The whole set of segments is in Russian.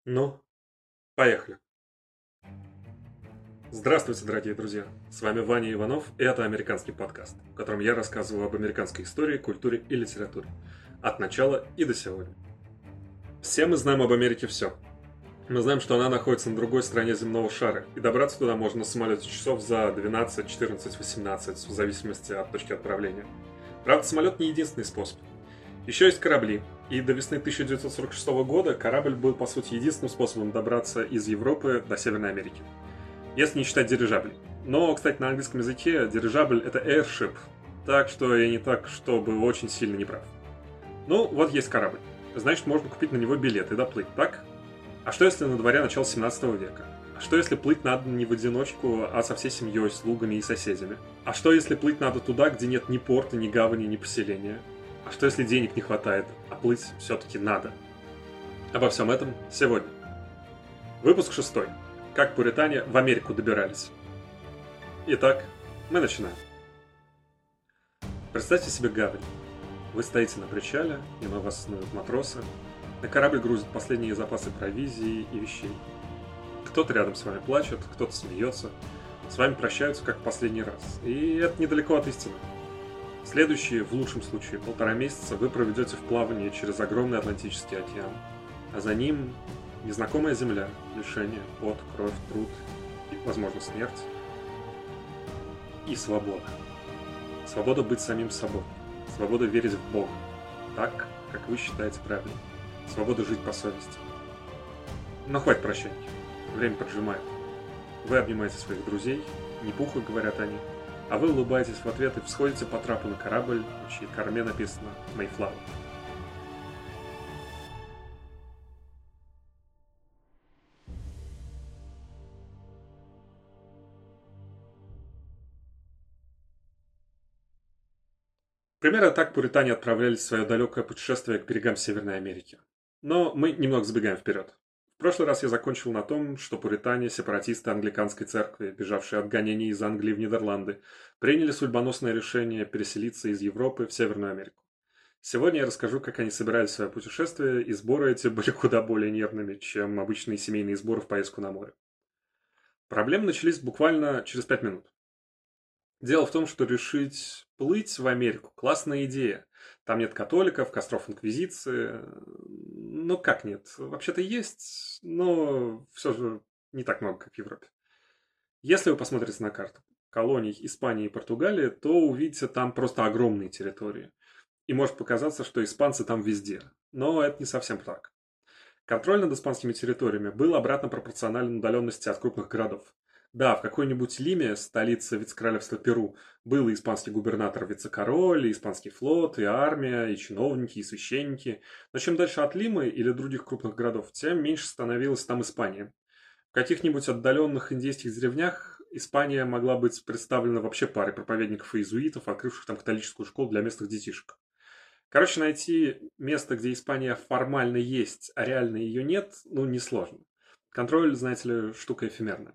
Ну, поехали. Здравствуйте, дорогие друзья. С вами Ваня Иванов, и это «Американский подкаст», в котором я рассказываю об американской истории, культуре и литературе. От начала и до сегодня. Все мы знаем об Америке все. Мы знаем, что она находится на другой стороне земного шара, и добраться туда можно на самолете часов за 12, 14, 18, в зависимости от точки отправления. Правда, самолет не единственный способ. Еще есть корабли, и до весны 1946 года корабль был, по сути, единственным способом добраться из Европы до Северной Америки. Если не считать дирижаблей. Но, кстати, на английском языке дирижабль это airship, так что я не так, чтобы очень сильно не прав. Ну, вот есть корабль. Значит, можно купить на него билет и доплыть, так? А что если на дворе начало 17 века? А что если плыть надо не в одиночку, а со всей семьей, слугами и соседями? А что если плыть надо туда, где нет ни порта, ни гавани, ни поселения? А что если денег не хватает, а плыть все-таки надо? Обо всем этом сегодня. Выпуск 6. Как пуритане в Америку добирались. Итак, мы начинаем. Представьте себе гавань. Вы стоите на причале, мимо вас снуют матросы. На корабль грузят последние запасы провизии и вещей. Кто-то рядом с вами плачет, кто-то смеется. С вами прощаются, как в последний раз. И это недалеко от истины. Следующие, в лучшем случае, 1,5 месяца вы проведете в плавании через огромный Атлантический океан. А за ним незнакомая земля, лишение, пот, кровь, труд и, возможно, смерть. И свобода. Свобода быть самим собой. Свобода верить в Бога. Так, как вы считаете правильным. Свобода жить по совести. Но хватит прощаний. Время поджимает. Вы обнимаете своих друзей, не пуха, говорят они, а вы улыбаетесь в ответ и всходите по трапу на корабль, на чьей корме написано «Mayflower». Примерно так пуритане отправлялись в свое далекое путешествие к берегам Северной Америки. Но мы немного забегаем вперед. В прошлый раз я закончил на том, что пуритане, сепаратисты англиканской церкви, бежавшие от гонений из Англии в Нидерланды, приняли судьбоносное решение переселиться из Европы в Северную Америку. Сегодня я расскажу, как они собирали свое путешествие, и сборы эти были куда более нервными, чем обычные семейные сборы в поездку на море. Проблемы начались буквально через 5 минут. Дело в том, что решить плыть в Америку – классная идея. Там нет католиков, костров инквизиции. Ну как нет? Вообще-то есть, но все же не так много, как в Европе. Если вы посмотрите на карту колоний Испании и Португалии, то увидите там просто огромные территории. И может показаться, что испанцы там везде. Но это не совсем так. Контроль над испанскими территориями был обратно пропорционален удаленности от крупных городов. Да, в какой-нибудь Лиме, столице вице-королевства Перу, был и испанский губернатор вице-король, и испанский флот, и армия, и чиновники, и священники. Но чем дальше от Лимы или других крупных городов, тем меньше становилась там Испания. В каких-нибудь отдаленных индейских деревнях Испания могла быть представлена вообще парой проповедников и иезуитов, открывших там католическую школу для местных детишек. Короче, найти место, где Испания формально есть, а реально ее нет, ну, несложно. Контроль, знаете ли, штука эфемерная.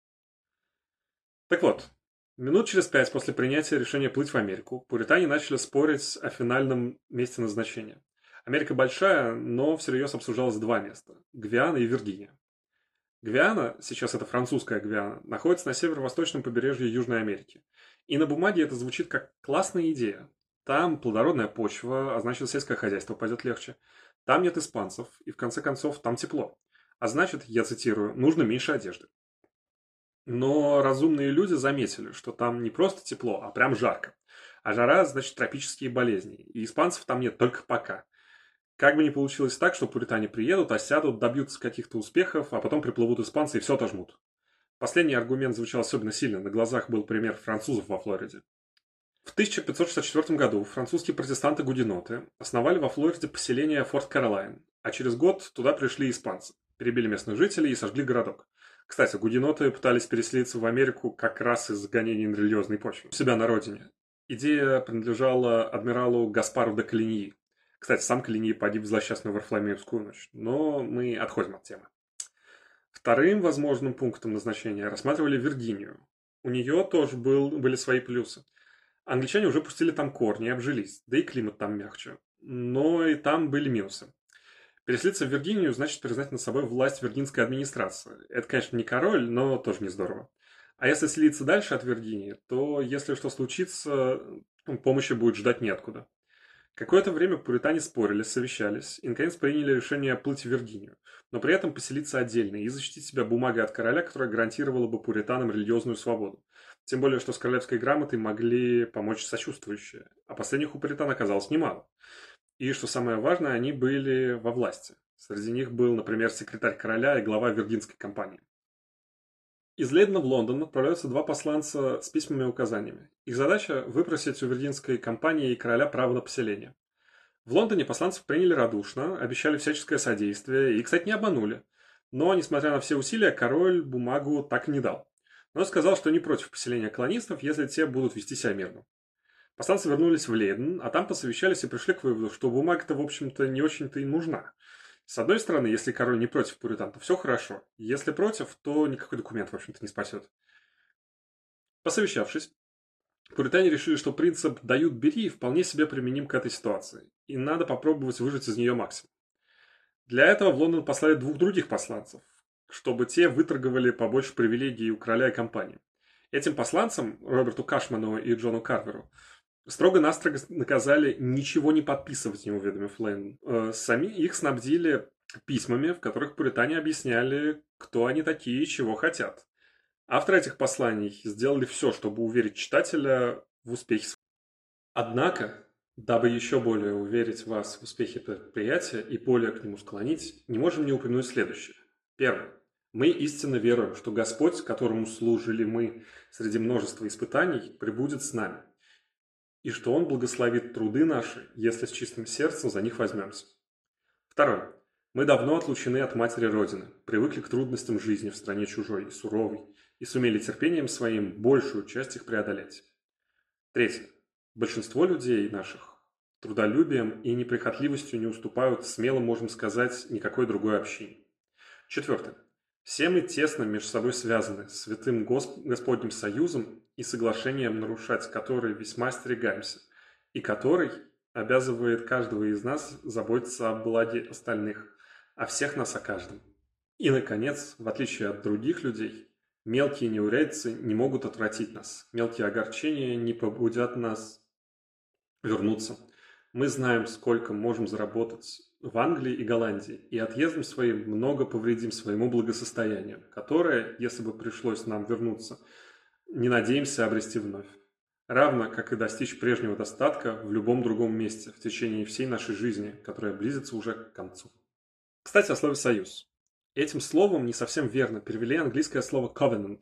Так вот, минут через 5 после принятия решения плыть в Америку, пуритане начали спорить о финальном месте назначения. Америка большая, но всерьез обсуждалось два места – Гвиана и Виргиния. Гвиана, сейчас это французская Гвиана, находится на северо-восточном побережье Южной Америки. И на бумаге это звучит как классная идея. Там плодородная почва, а значит сельское хозяйство пойдет легче. Там нет испанцев, и в конце концов там тепло. А значит, я цитирую, нужно меньше одежды. Но разумные люди заметили, что там не просто тепло, а прям жарко. А жара, значит, тропические болезни. И испанцев там нет только пока. Как бы ни получилось так, что пуритане приедут, осядут, добьются каких-то успехов, а потом приплывут испанцы и все отожмут. Последний аргумент звучал особенно сильно. На глазах был пример французов во Флориде. В 1564 году французские протестанты-гугеноты основали во Флориде поселение Форт Каролайн, а через год туда пришли испанцы, перебили местных жителей и сожгли городок. Кстати, гугеноты пытались переселиться в Америку как раз из-за гонений на религиозной почве, у себя на родине. Идея принадлежала адмиралу Гаспару де Калиньи. Кстати, сам Калиньи погиб в злосчастную Варфоломеевскую ночь, но мы отходим от темы. Вторым возможным пунктом назначения рассматривали Виргинию. У нее тоже были свои плюсы. Англичане уже пустили там корни и обжились, да и климат там мягче. Но и там были минусы. Переселиться в Виргинию значит признать над собой власть виргинской администрации. Это, конечно, не король, но тоже не здорово. А если селиться дальше от Виргинии, то если что случится, помощи будет ждать неоткуда. Какое-то время пуритане спорили, совещались и, наконец, приняли решение плыть в Виргинию, но при этом поселиться отдельно и защитить себя бумагой от короля, которая гарантировала бы пуританам религиозную свободу. Тем более, что с королевской грамотой могли помочь сочувствующие, а последних у пуритан оказалось немало. И, что самое важное, они были во власти. Среди них был, например, секретарь короля и глава Виргинской компании. Из Лейдена в Лондон отправляются два посланца с письменными указаниями. Их задача – выпросить у Виргинской компании и короля право на поселение. В Лондоне посланцев приняли радушно, обещали всяческое содействие и, кстати, не обманули. Но, несмотря на все усилия, король бумагу так и не дал. Но сказал, что не против поселения колонистов, если те будут вести себя мирно. Посланцы вернулись в Лейден, а там посовещались и пришли к выводу, что бумага-то, в общем-то, не очень-то и нужна. С одной стороны, если король не против пуритан, то все хорошо. Если против, то никакой документ, в общем-то, не спасет. Посовещавшись, пуритане решили, что принцип «дают-бери» вполне себе применим к этой ситуации, и надо попробовать выжать из нее максимум. Для этого в Лондон послали двух других посланцев, чтобы те выторговали побольше привилегий у короля и компании. Этим посланцам, Роберту Кашману и Джону Карверу, строго-настрого наказали ничего не подписывать, не уведомив Лондон. Сами их снабдили письмами, в которых пуритане объясняли, кто они такие и чего хотят. Авторы этих посланий сделали все, чтобы уверить читателя в успехе. Однако, дабы еще более уверить вас в успехе предприятия и более к нему склонить, не можем не упомянуть следующее. Первое. Мы истинно веруем, что Господь, которому служили мы среди множества испытаний, пребудет с нами, и что Он благословит труды наши, если с чистым сердцем за них возьмемся. Второе. Мы давно отлучены от матери Родины, привыкли к трудностям жизни в стране чужой и суровой, и сумели терпением своим большую часть их преодолеть. Третье. Большинство людей наших трудолюбием и неприхотливостью не уступают, смело можем сказать, никакой другой общине. Четвертое. Все мы тесно между собой связаны с святым Господним союзом и соглашением, нарушать который весьма остерегаемся, и который обязывает каждого из нас заботиться о благе остальных, а всех нас о каждом. И, наконец, в отличие от других людей, мелкие неурядицы не могут отвратить нас, мелкие огорчения не побудят нас вернуться. Мы знаем, сколько можем заработать в Англии и Голландии, и отъездом своим много повредим своему благосостоянию, которое, если бы пришлось нам вернуться, не надеемся обрести вновь. Равно, как и достичь прежнего достатка в любом другом месте в течение всей нашей жизни, которая близится уже к концу. Кстати, о слове «союз». Этим словом не совсем верно перевели английское слово covenant.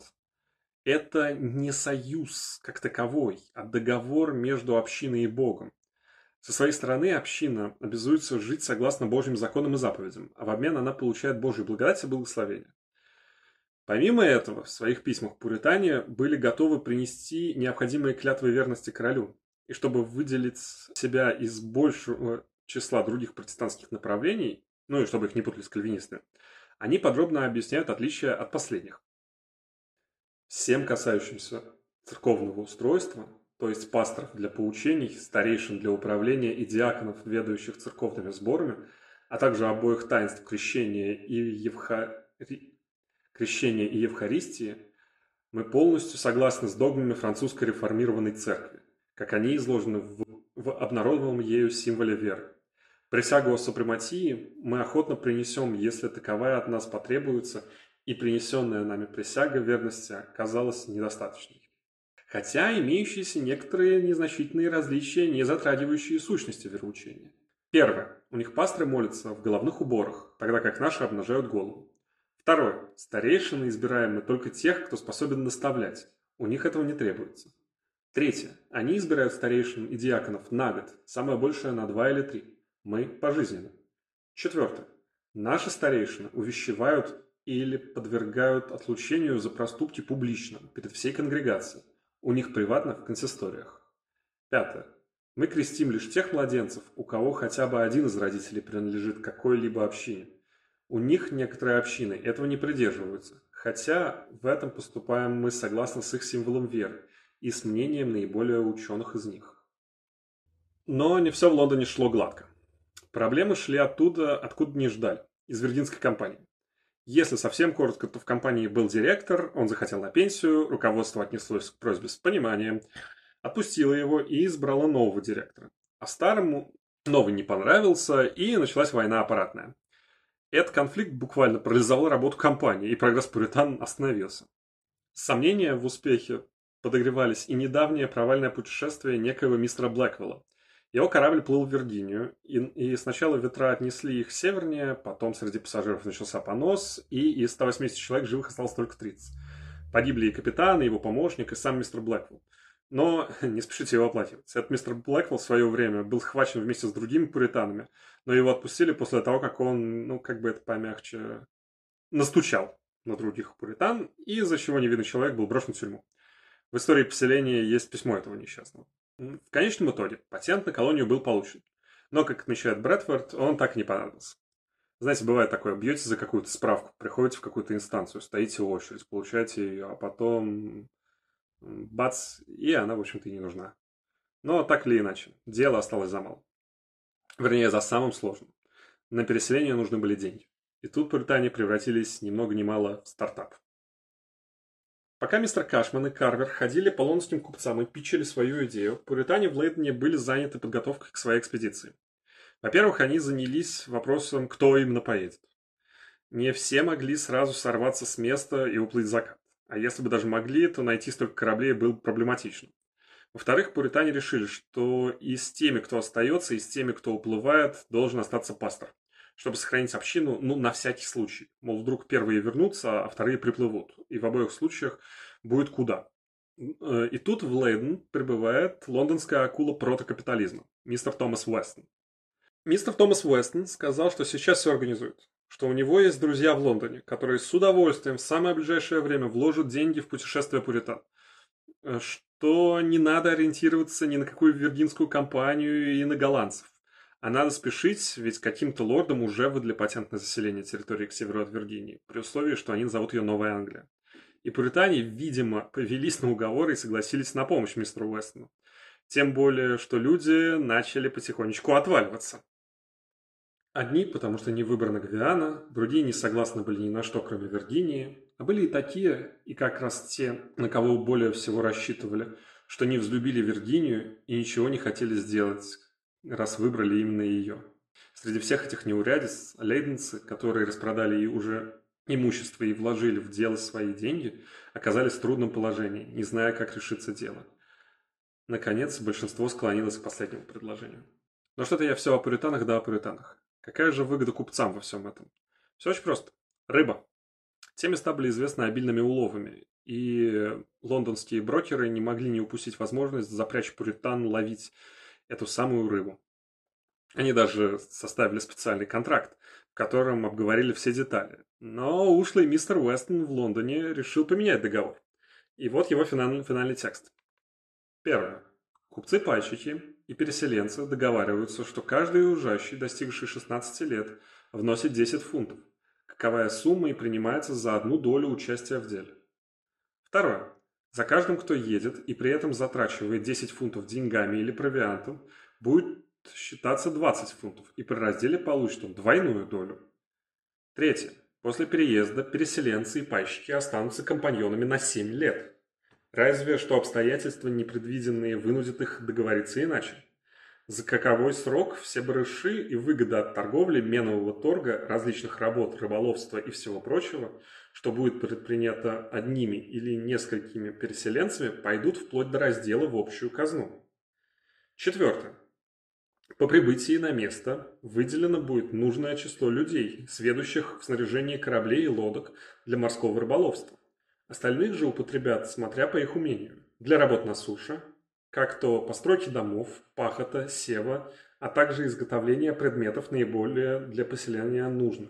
Это не союз как таковой, а договор между общиной и Богом. Со своей стороны община обязуется жить согласно Божьим законам и заповедям, а в обмен она получает Божью благодать и благословение. Помимо этого, в своих письмах пуритане были готовы принести необходимые клятвы верности королю, и чтобы выделить себя из большего числа других протестантских направлений, ну и чтобы их не путали с кальвинистами, они подробно объясняют отличия от последних. Всем касающимся церковного устройства, то есть пасторов для поучений, старейшин для управления и диаконов, ведающих церковными сборами, а также обоих таинств крещения и Евхаристии, мы полностью согласны с догмами французской реформированной церкви, как они изложены в обнародованном ею символе веры. Присягу о супрематии мы охотно принесем, если таковая от нас потребуется, и принесенная нами присяга верности оказалась недостаточной. Хотя имеющиеся некоторые незначительные различия, не затрагивающие сущности вероучения. Первое. У них пасторы молятся в головных уборах, тогда как наши обнажают голову. Второе. Старейшины избираем мы только тех, кто способен наставлять. У них этого не требуется. Третье. Они избирают старейшин и диаконов на год, самое большее на 2 или 3. Мы пожизненно. Четвертое. Наши старейшины увещевают или подвергают отлучению за проступки публично, перед всей конгрегацией. У них приватно в консисториях. Пятое. Мы крестим лишь тех младенцев, у кого хотя бы один из родителей принадлежит какой-либо общине. У них некоторые общины этого не придерживаются, хотя в этом поступаем мы согласно с их символом веры и с мнением наиболее ученых из них. Но не все в Лондоне шло гладко. Проблемы шли оттуда, откуда не ждали, из Виргинской компании. Если совсем коротко, то в компании был директор, он захотел на пенсию, руководство отнеслось к просьбе с пониманием, отпустило его и избрало нового директора. А старому новый не понравился, и началась война аппаратная. Этот конфликт буквально парализовал работу компании, и прогресс Пуритан остановился. Сомнения в успехе подогревались и недавнее провальное путешествие некоего мистера Блэквелла. Его корабль плыл в Виргинию, и сначала ветра отнесли их севернее, потом среди пассажиров начался понос, и из 180 человек живых осталось только 30. Погибли и капитан, и его помощник, и сам мистер Блэквелл. Но не спешите его оплакивать. Этот мистер Блэквелл в свое время был схвачен вместе с другими пуританами, но его отпустили после того, как он, ну, как бы это помягче, настучал на других пуритан, и из-за чего невинный человек был брошен в тюрьму. В истории поселения есть письмо этого несчастного. В конечном итоге патент на колонию был получен. Но, как отмечает Брэдфорд, он так и не понадобился. Знаете, бывает такое, бьете за какую-то справку, приходите в какую-то инстанцию, стоите в очередь, получаете ее, а потом бац, и она, в общем-то, и не нужна. Но так или иначе, дело осталось за малым. Вернее, за самым сложным. На переселение нужны были деньги. И тут пуритане превратились ни много ни мало в стартап. Пока мистер Кашман и Карвер ходили по лондонским купцам и питчили свою идею, пуритане в Лейдене были заняты подготовкой к своей экспедиции. Во-первых, они занялись вопросом, кто именно поедет. Не все могли сразу сорваться с места и уплыть в закат. А если бы даже могли, то найти столько кораблей было проблематично. Во-вторых, пуритане решили, что и с теми, кто остается, и с теми, кто уплывает, должен остаться пастор, чтобы сохранить общину, ну, на всякий случай. Мол, вдруг первые вернутся, а вторые приплывут. И в обоих случаях будет куда. И тут в Лейден прибывает лондонская акула протокапитализма, мистер Томас Уэстон. Мистер Томас Уэстон сказал, что сейчас все организует, что у него есть друзья в Лондоне, которые с удовольствием в самое ближайшее время вложат деньги в путешествие пуритан, что не надо ориентироваться ни на какую виргинскую компанию и на голландцев, а надо спешить, ведь каким-то лордам уже выдали патент на заселение территории к северу от Виргинии, при условии, что они назовут ее Новая Англия. И пуритане, видимо, повелись на уговоры и согласились на помощь мистеру Уэстону. Тем более, что люди начали потихонечку отваливаться. Одни, потому что не выбрана Гвиана, другие не согласны были ни на что, кроме Виргинии, а были и такие, и как раз те, на кого более всего рассчитывали, что не взлюбили Виргинию и ничего не хотели сделать, раз выбрали именно ее. Среди всех этих неурядиц лейденцы, которые распродали и уже имущество и вложили в дело свои деньги, оказались в трудном положении, не зная, как решиться дело. Наконец, большинство склонилось к последнему предложению. Но что-то я все о пуританах да о пуританах. Какая же выгода купцам во всем этом? Все очень просто. Рыба. Те места были известны обильными уловами, и лондонские брокеры не могли не упустить возможность запрячь пуритан ловить эту самую рыбу. Они даже составили специальный контракт, в котором обговорили все детали. Но ушлый мистер Уэстон в Лондоне решил поменять договор. И вот его финальный текст. Первое. Купцы-пайщики и переселенцы договариваются, что каждый уезжающий, достигший 16 лет, вносит 10 фунтов. Каковая сумма и принимается за одну долю участия в деле. Второе. За каждым, кто едет и при этом затрачивает 10 фунтов деньгами или провиантом, будет считаться 20 фунтов, и при разделе получит он двойную долю. Третье. После переезда переселенцы и пайщики останутся компаньонами на 7 лет. Разве что обстоятельства непредвиденные вынудят их договориться иначе. За каковой срок все барыши и выгода от торговли, менового торга, различных работ, рыболовства и всего прочего, что будет предпринято одними или несколькими переселенцами, пойдут вплоть до раздела в общую казну. Четвертое. По прибытии на место выделено будет нужное число людей, сведущих в снаряжении кораблей и лодок для морского рыболовства. Остальных же употребят, смотря по их умению, для работ на суше, как то постройки домов, пахота, сева, а также изготовления предметов наиболее для поселения нужных.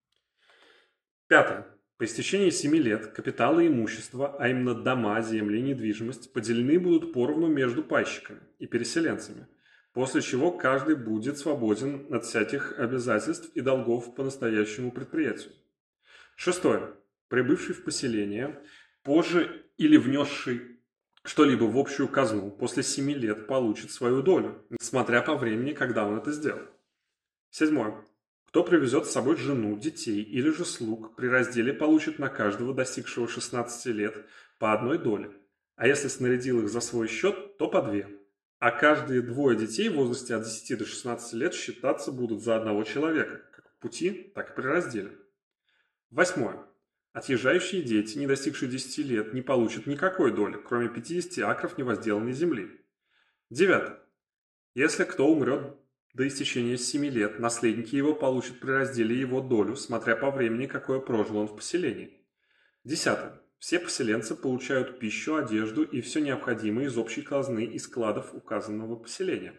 Пятое. По истечении 7 лет капиталы и имущество, а именно дома, земли и недвижимость, поделены будут поровну между пайщиками и переселенцами, после чего каждый будет свободен от всяких обязательств и долгов по настоящему предприятию. Шестое. Прибывший в поселение, позже или внесший что-либо в общую казну, после 7 лет получит свою долю, несмотря по времени, когда он это сделал. Седьмое. Кто привезет с собой жену, детей или же слуг, при разделе получит на каждого достигшего 16 лет по одной доле. А если снарядил их за свой счет, то по две. А каждые двое детей в возрасте от 10 до 16 лет считаться будут за одного человека, как в пути, так и при разделе. Восьмое. Отъезжающие дети, не достигшие 10 лет, не получат никакой доли, кроме 50 акров невозделанной земли. Девятое. Если кто умрет до истечения 7 лет, наследники его получат при разделе его долю, смотря по времени, какое прожил он в поселении. Десятое. Все поселенцы получают пищу, одежду и все необходимое из общей казны и складов указанного поселения.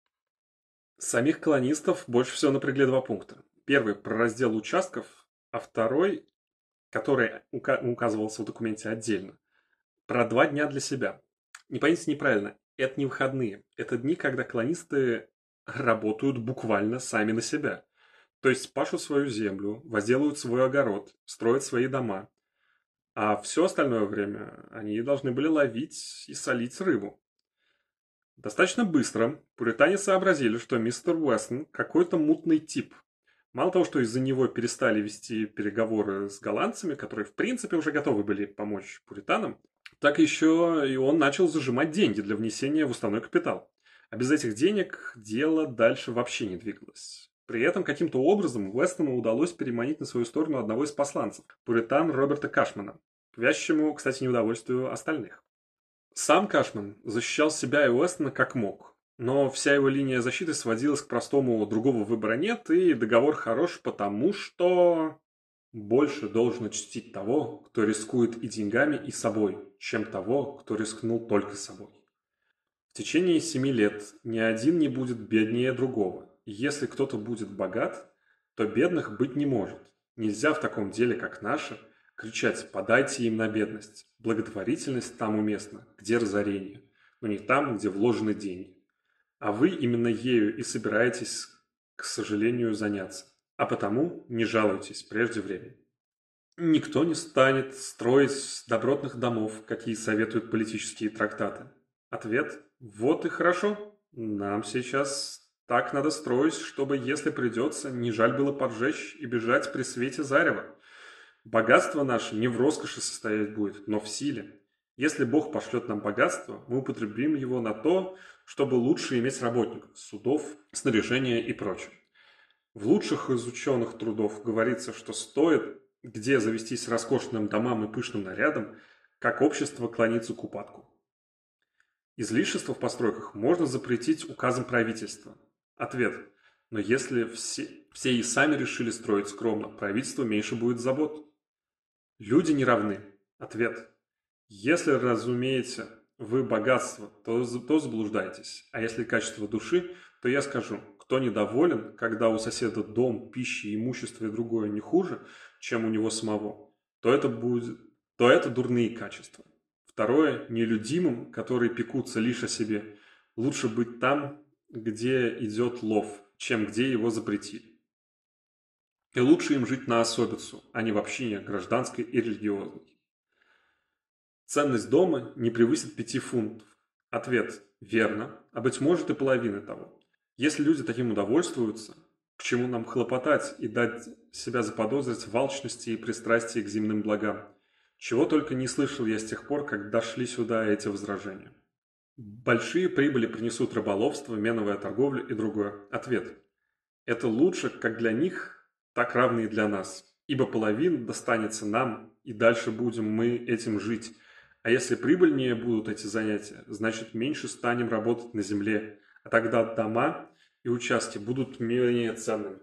Самих колонистов больше всего напрягли два пункта. Первый – про раздел участков, а второй, который указывался в документе отдельно, про 2 дня для себя. Не поймите неправильно, это не выходные, это дни, когда колонисты работают буквально сами на себя. То есть пашут свою землю, возделывают свой огород, строят свои дома. А все остальное время они должны были ловить и солить рыбу. Достаточно быстро пуритане сообразили, что мистер Уэстон какой-то мутный тип. Мало того, что из-за него перестали вести переговоры с голландцами, которые в принципе уже готовы были помочь пуританам, так еще и он начал зажимать деньги для внесения в уставной капитал. А без этих денег дело дальше вообще не двигалось. При этом каким-то образом Уэстону удалось переманить на свою сторону одного из посланцев, пуритан Роберта Кашмана, к вящему, кстати, неудовольствию остальных. Сам Кашман защищал себя и Уэстона как мог, но вся его линия защиты сводилась к простому «другого выбора нет» и договор хорош потому, что больше должно чтить того, кто рискует и деньгами, и собой, чем того, кто рискнул только собой. В течение 7 лет ни один не будет беднее другого. И если кто-то будет богат, то бедных быть не может. Нельзя в таком деле, как наше, кричать «подайте им на бедность». Благотворительность там уместна, где разорение, но не там, где вложены деньги. А вы именно ею и собираетесь, к сожалению, заняться. А потому не жалуйтесь прежде времени. Никто не станет строить добротных домов, какие советуют политические трактаты. Ответ – вот и хорошо. Нам сейчас так надо строить, чтобы, если придется, не жаль было поджечь и бежать при свете зарева. Богатство наше не в роскоши состоять будет, но в силе. Если Бог пошлет нам богатство, мы употребим его на то, чтобы лучше иметь работников, судов, снаряжения и прочее. В лучших из ученых трудов говорится, что стоит, где завестись роскошным домам и пышным нарядам, как общество клонится к упадку. Излишества в постройках можно запретить указом правительства. Ответ. Но если все и сами решили строить скромно, правительству меньше будет забот. Люди не равны. Ответ. Если разумеете вы богатство, то заблуждаетесь. А если качество души, то я скажу, кто недоволен, когда у соседа дом, пища, имущество и другое не хуже, чем у него самого, то это дурные качества. Второе, нелюдимым, которые пекутся лишь о себе, лучше быть там, где идет лов, чем где его запретили. И лучше им жить на особицу, а не в общине гражданской и религиозной. Ценность дома не превысит 5 фунтов. Ответ – верно, а быть может и половины того. Если люди таким удовольствуются, к чему нам хлопотать и дать себя заподозрить в алчности и пристрастии к земным благам? Чего только не слышал я с тех пор, как дошли сюда эти возражения. Большие прибыли принесут рыболовство, меновая торговля и другое. Ответ. Это лучше как для них, так равно и для нас. Ибо половина достанется нам, и дальше будем мы этим жить. А если прибыльнее будут эти занятия, значит меньше станем работать на земле, а тогда дома и участки будут менее ценными.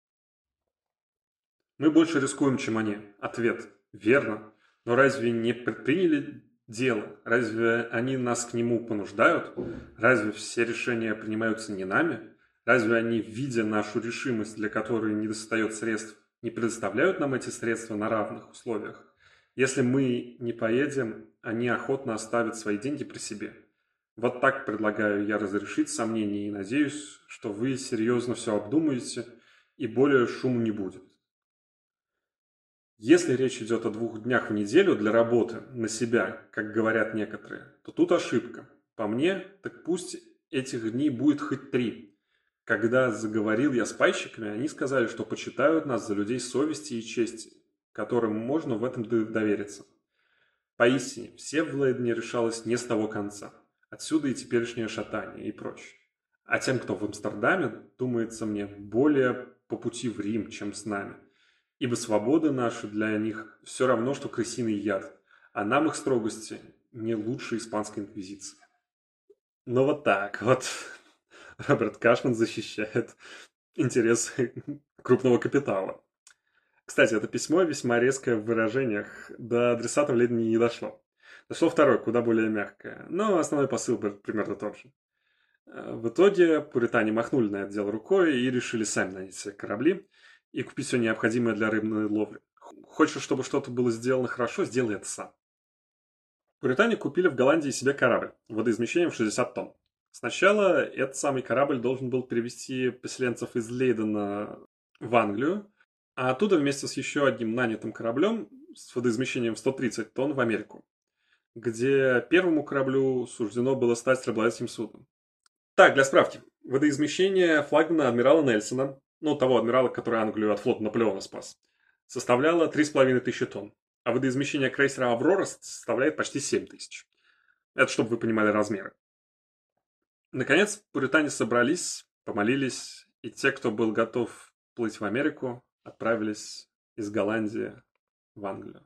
Мы больше рискуем, чем они. Ответ. Верно. Но разве не предприняли дело? Разве они нас к нему понуждают? Разве все решения принимаются не нами? Разве они, видя нашу решимость, для которой недостает средств, не предоставляют нам эти средства на равных условиях? Если мы не поедем, они охотно оставят свои деньги при себе. Вот так предлагаю я разрешить сомнения и надеюсь, что вы серьезно все обдумаете и более шуму не будет. Если речь идет о 2 днях в неделю для работы на себя, как говорят некоторые, то тут ошибка. По мне, так пусть этих дней будет хоть 3. Когда заговорил я с пайщиками, они сказали, что почитают нас за людей совести и чести, которым можно в этом довериться. Поистине, все в Лейдене решалось не с того конца. Отсюда и теперешнее шатание и прочее. А тем, кто в Амстердаме, думается мне, более по пути в Рим, чем с нами. Ибо свобода наша для них все равно, что крысиный яд, а нам их строгости не лучше испанской инквизиции. Ну вот так вот Роберт Кашман защищает интересы крупного капитала. Кстати, это письмо весьма резкое в выражениях, до адресата в Лейдене не дошло. Дошло второе, куда более мягкое, но основной посыл был примерно тот же. В итоге пуритане махнули на это дело рукой и решили сами нанять себе корабли и купить все необходимое для рыбной ловли. Хочешь, чтобы что-то было сделано хорошо, сделай это сам. Пуритане купили в Голландии себе корабль водоизмещением в 60 тонн. Сначала этот самый корабль должен был перевезти поселенцев из Лейдена в Англию, а оттуда вместе с еще одним нанятым кораблем с водоизмещением в 130 тонн в Америку, где первому кораблю суждено было стать раболовецким судном. Так, для справки. Водоизмещение флагмана адмирала Нельсона, ну, того адмирала, который Англию от флота Наполеона спас, составляло 3500 тонн, а водоизмещение крейсера «Аврора» составляет почти 7000. Это чтобы вы понимали размеры. Наконец, пуритане собрались, помолились, и те, кто был готов плыть в Америку, отправились из Голландии в Англию.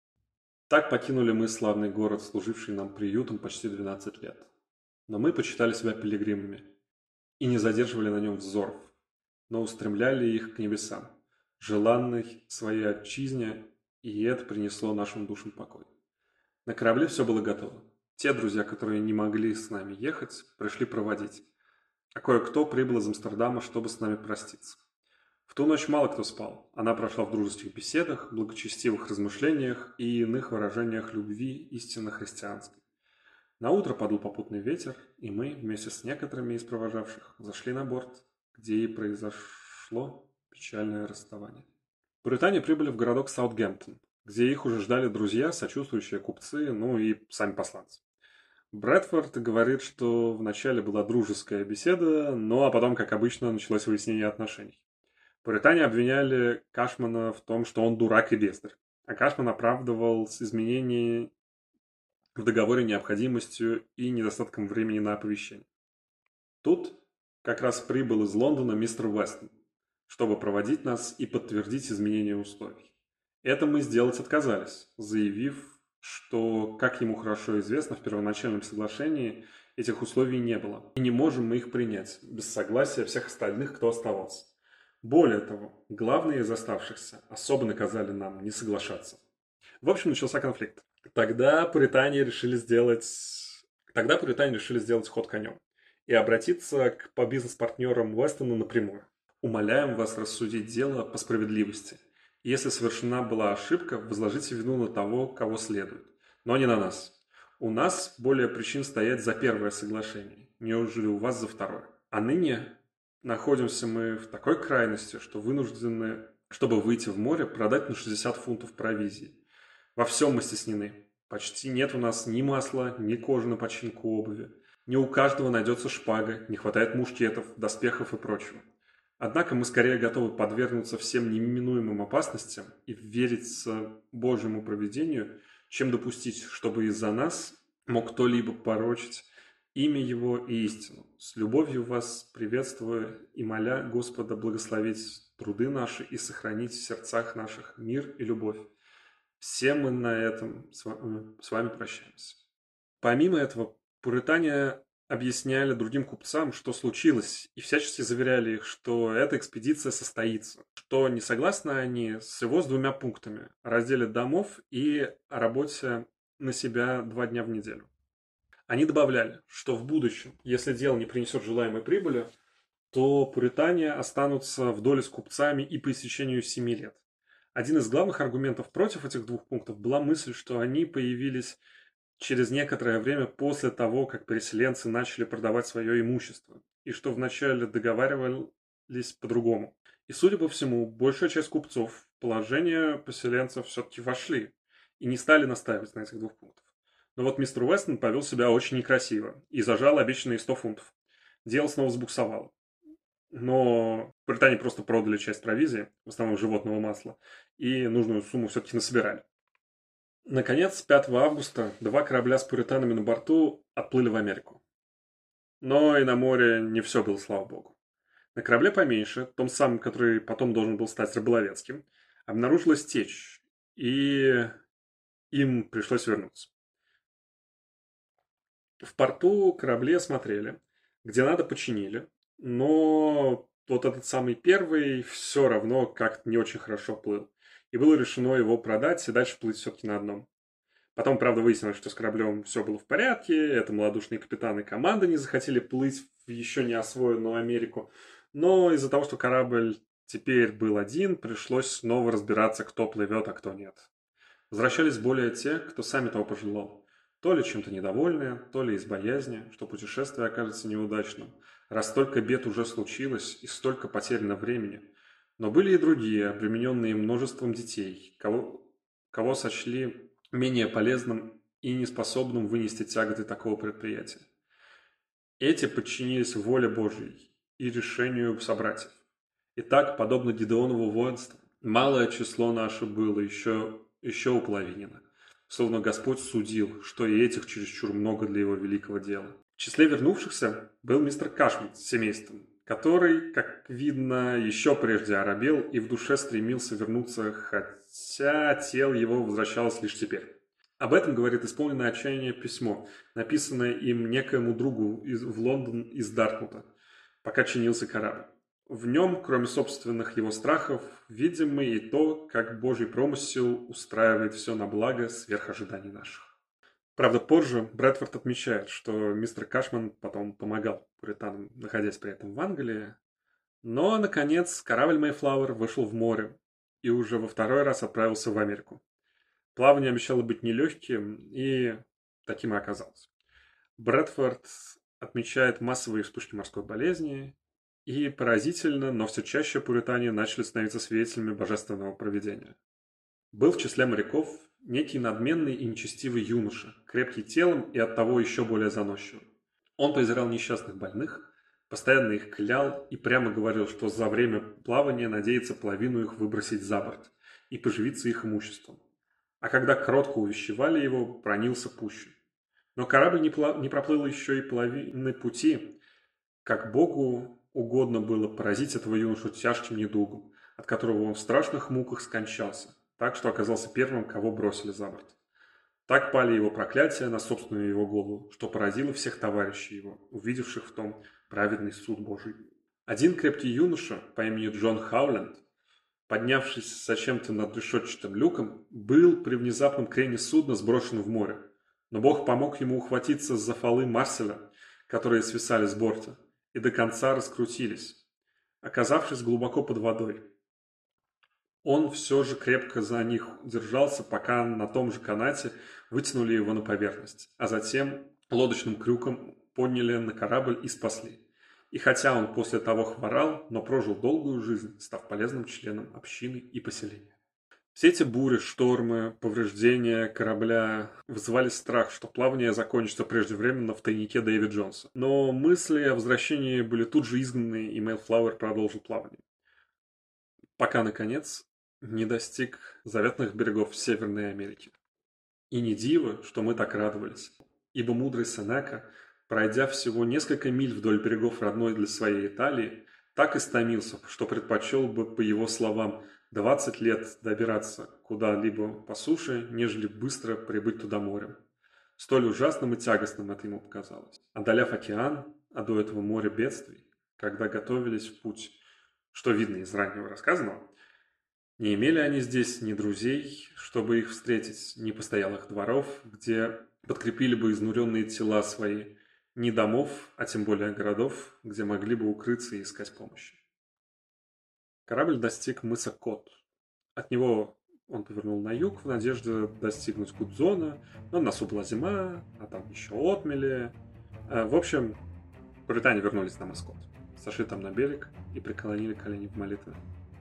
Так покинули мы славный город, служивший нам приютом почти 12 лет. Но мы почитали себя пилигримами и не задерживали на нем взоров, но устремляли их к небесам, желанной своей отчизне, и это принесло нашим душам покой. На корабле все было готово. Те друзья, которые не могли с нами ехать, пришли проводить, а кое-кто прибыл из Амстердама, чтобы с нами проститься. В ту ночь мало кто спал. Она прошла в дружеских беседах, благочестивых размышлениях и иных выражениях любви истинно христианской. Наутро подул попутный ветер, и мы, вместе с некоторыми из провожавших, зашли на борт, где и произошло печальное расставание. Пуритане прибыли в городок Саутгемптон, где их уже ждали друзья, сочувствующие купцы, ну и сами посланцы. Брэдфорд говорит, что вначале была дружеская беседа, ну а потом, как обычно, началось выяснение отношений. Пуритане обвиняли Кашмана в том, что он дурак и бездарь, а Кашман оправдывал изменения в договоре необходимостью и недостатком времени на оповещение. Тут как раз прибыл из Лондона мистер Вестон, чтобы проводить нас и подтвердить изменение условий. Это мы сделать отказались, заявив, что, как ему хорошо известно, в первоначальном соглашении этих условий не было, и не можем мы их принять без согласия всех остальных, кто оставался. Более того, главные из оставшихся особо наказали нам не соглашаться. В общем, начался конфликт. Тогда пуритане решили сделать ход конем и обратиться по бизнес-партнерам Уэстона напрямую. Умоляем вас рассудить дело по справедливости. Если совершена была ошибка, возложите вину на того, кого следует, но не на нас. У нас более причин стоять за первое соглашение, нежели у вас за второе. А ныне находимся мы в такой крайности, что вынуждены, чтобы выйти в море, продать на 60 фунтов провизии. Во всем мы стеснены. Почти нет у нас ни масла, ни кожи на починку обуви. Не у каждого найдется шпага, не хватает мушкетов, доспехов и прочего. Однако мы скорее готовы подвергнуться всем неминуемым опасностям и верить Божьему провидению, чем допустить, чтобы из-за нас мог кто-либо порочить имя Его и истину. С любовью вас приветствую и моля Господа благословить труды наши и сохранить в сердцах наших мир и любовь. Все мы на этом с вами прощаемся. Помимо этого, пуритане объясняли другим купцам, что случилось, и всячески заверяли их, что эта экспедиция состоится, что не согласны они всего с 2 пунктами – о разделе домов и о работе на себя 2 дня в неделю. Они добавляли, что в будущем, если дело не принесет желаемой прибыли, то пуритане останутся в доле с купцами и по истечению 7 лет. Один из главных аргументов против этих 2 пунктов была мысль, что они появились через некоторое время после того, как переселенцы начали продавать свое имущество, и что вначале договаривались по-другому. И, судя по всему, большая часть купцов в положение поселенцев все-таки вошли и не стали настаивать на этих 2 пунктах. Но вот мистер Уэстон повел себя очень некрасиво и зажал обещанные 100 фунтов. Дело снова сбуксовало. но Британии просто продали часть провизии, в основном животного масла, и нужную сумму все-таки насобирали. Наконец, 5 августа 2 корабля с пуританами на борту отплыли в Америку. Но и на море не все было, слава богу. На корабле поменьше, том самом, который потом должен был стать рыболовецким, обнаружилась течь, и им пришлось вернуться. В порту корабли осмотрели, где надо починили, но вот этот самый первый все равно как-то не очень хорошо плыл. И было решено его продать и дальше плыть все-таки на одном. Потом, правда, выяснилось, что с кораблем все было в порядке, это малодушные капитаны команды не захотели плыть в еще не освоенную Америку. Но из-за того, что корабль теперь был один, пришлось снова разбираться, кто плывет, а кто нет. Возвращались более те, кто сами того пожелал. То ли чем-то недовольные, то ли из боязни, что путешествие окажется неудачным, раз столько бед уже случилось и столько потеряно времени. Но были и другие, обремененные множеством детей, кого сочли менее полезным и неспособным вынести тяготы такого предприятия. Эти подчинились воле Божьей и решению собратьев. Итак, подобно Гедеонову воинству, малое число наше было еще уполовинено, словно Господь судил, что и этих чересчур много для его великого дела. В числе вернувшихся был мистер Кашман с семейством, который, как видно, еще прежде оробел и в душе стремился вернуться, хотя тело его возвращалось лишь теперь. Об этом говорит исполненное отчаяние письмо, написанное им некоему другу в Лондон из Дартмута, пока чинился корабль. В нем, кроме собственных его страхов, видимо и то, как Божий промысел устраивает все на благо сверх ожиданий наших. Правда, позже Брэдфорд отмечает, что мистер Кашман потом помогал пуританам, находясь при этом в Англии. Но, наконец, корабль Мэйфлауэр вышел в море и уже во второй раз отправился в Америку. Плавание обещало быть нелегким, и таким и оказалось. Брэдфорд отмечает массовые вспышки морской болезни, и поразительно, но все чаще пуритане начали становиться свидетелями божественного провидения. Был в числе моряков некий надменный и нечестивый юноша, крепкий телом и оттого еще более заносчивый. Он презирал несчастных больных, постоянно их клял и прямо говорил, что за время плавания надеется половину их выбросить за борт и поживиться их имуществом. А когда кротко увещевали его, бранился пуще. Но корабль не проплыл еще и половины пути, как Богу угодно было поразить этого юношу тяжким недугом, от которого он в страшных муках скончался, так что оказался первым, кого бросили за борт. Так пали его проклятия на собственную его голову, что поразило всех товарищей его, увидевших в том праведный суд Божий. Один крепкий юноша по имени Джон Хауленд, поднявшись зачем-то над решетчатым люком, был при внезапном крене судна сброшен в море. Но Бог помог ему ухватиться за фалы Марселя, которые свисали с борта, и до конца раскрутились, оказавшись глубоко под водой. Он все же крепко за них держался, пока на том же канате вытянули его на поверхность, а затем лодочным крюком подняли на корабль и спасли. И хотя он после того хворал, но прожил долгую жизнь, став полезным членом общины и поселения. Все эти бури, штормы, повреждения корабля вызывали страх, что плавание закончится преждевременно в тайнике Дэйви Джонса. Но мысли о возвращении были тут же изгнаны, и Мэйфлауэр продолжил плавание. Пока, наконец, не достиг заветных берегов Северной Америки. И не диво, что мы так радовались, ибо мудрый Сенека, пройдя всего несколько миль вдоль берегов родной для своей Италии, так истомился, что предпочел бы, по его словам, 20 лет добираться куда-либо по суше, нежели быстро прибыть туда морем. Столь ужасным и тягостным это ему показалось. Одоляв океан, а до этого море бедствий, когда готовились в путь, что видно из раннего рассказанного, не имели они здесь ни друзей, чтобы их встретить, ни постоялых дворов, где подкрепили бы изнуренные тела свои, ни домов, а тем более городов, где могли бы укрыться и искать помощи. Корабль достиг мыса Кот. От него он повернул на юг в надежде достигнуть Гудзона, но на носу была зима, а там еще отмели. В общем, пуритане вернулись на Маскот, сошли там на берег и преклонили колени в молитве.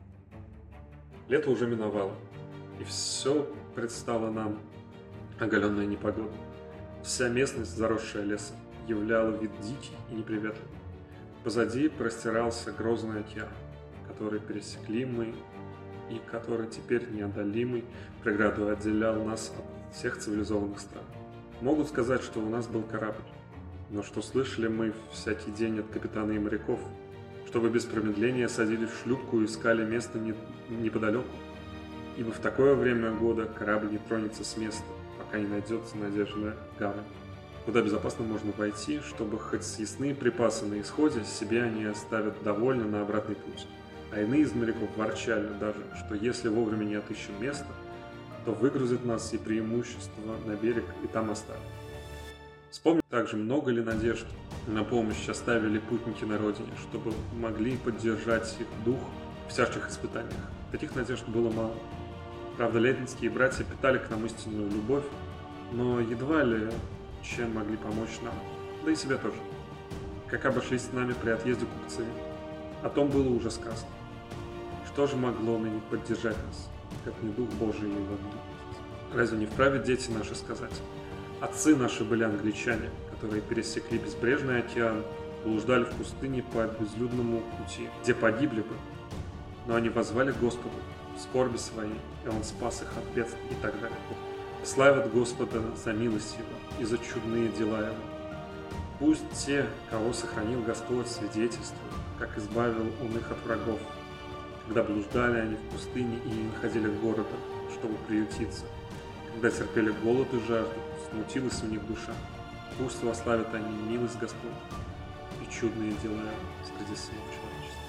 Лето уже миновало, и все предстало нам оголенной непогодой. Вся местность, заросшая лесом, являла вид дикий и неприветливый. Позади простирался грозный океан, который пересекли мы и который теперь неодолимой преградой отделял нас от всех цивилизованных стран. Могут сказать, что у нас был корабль, но что слышали мы всякий день от капитана и моряков, чтобы без промедления садились в шлюпку и искали место неподалеку, ибо в такое время года корабль не тронется с места, пока не найдется надежная гавань, куда безопасно можно войти, чтобы хоть съестные припасы на исходе себе они оставят довольно на обратный путь. А иные из моряков ворчали даже, что если вовремя не отыщем место, то выгрузят нас и преимущество на берег и там оставят. Вспомним также, много ли надежд на помощь оставили путники на родине, чтобы могли поддержать их дух в всяких испытаниях. Таких надежд было мало. Правда, лейденские братья питали к нам истинную любовь, но едва ли чем могли помочь нам, да и себя тоже. Как обошлись с нами при отъезде купцы, о том было уже сказано. Что же могло ныне поддержать нас, как не Дух Божий и его милость? Разве не вправе дети наши сказать? Отцы наши были англичане, которые пересекли безбрежный океан, блуждали в пустыне по безлюдному пути, где погибли бы. Но они воззвали к Господу в скорби своей, и Он спас их от бедствий и так далее. Славят Господа за милость Его и за чудные дела Его. Пусть те, кого сохранил Господь, свидетельствуют, как избавил Он их от врагов, когда блуждали они в пустыне и не находили города, чтобы приютиться, когда терпели голод и жажду, смутилась у них душа. Пусть вославят они милость Господа и чудные дела среди всего человечества.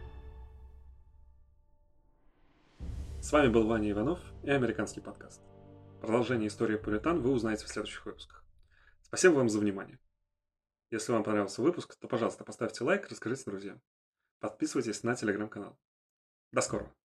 С вами был Ваня Иванов и Американский подкаст. Продолжение истории пуритан вы узнаете в следующих выпусках. Спасибо вам за внимание. Если вам понравился выпуск, то, пожалуйста, поставьте лайк, расскажите друзьям. Подписывайтесь на телеграм-канал. До скорого!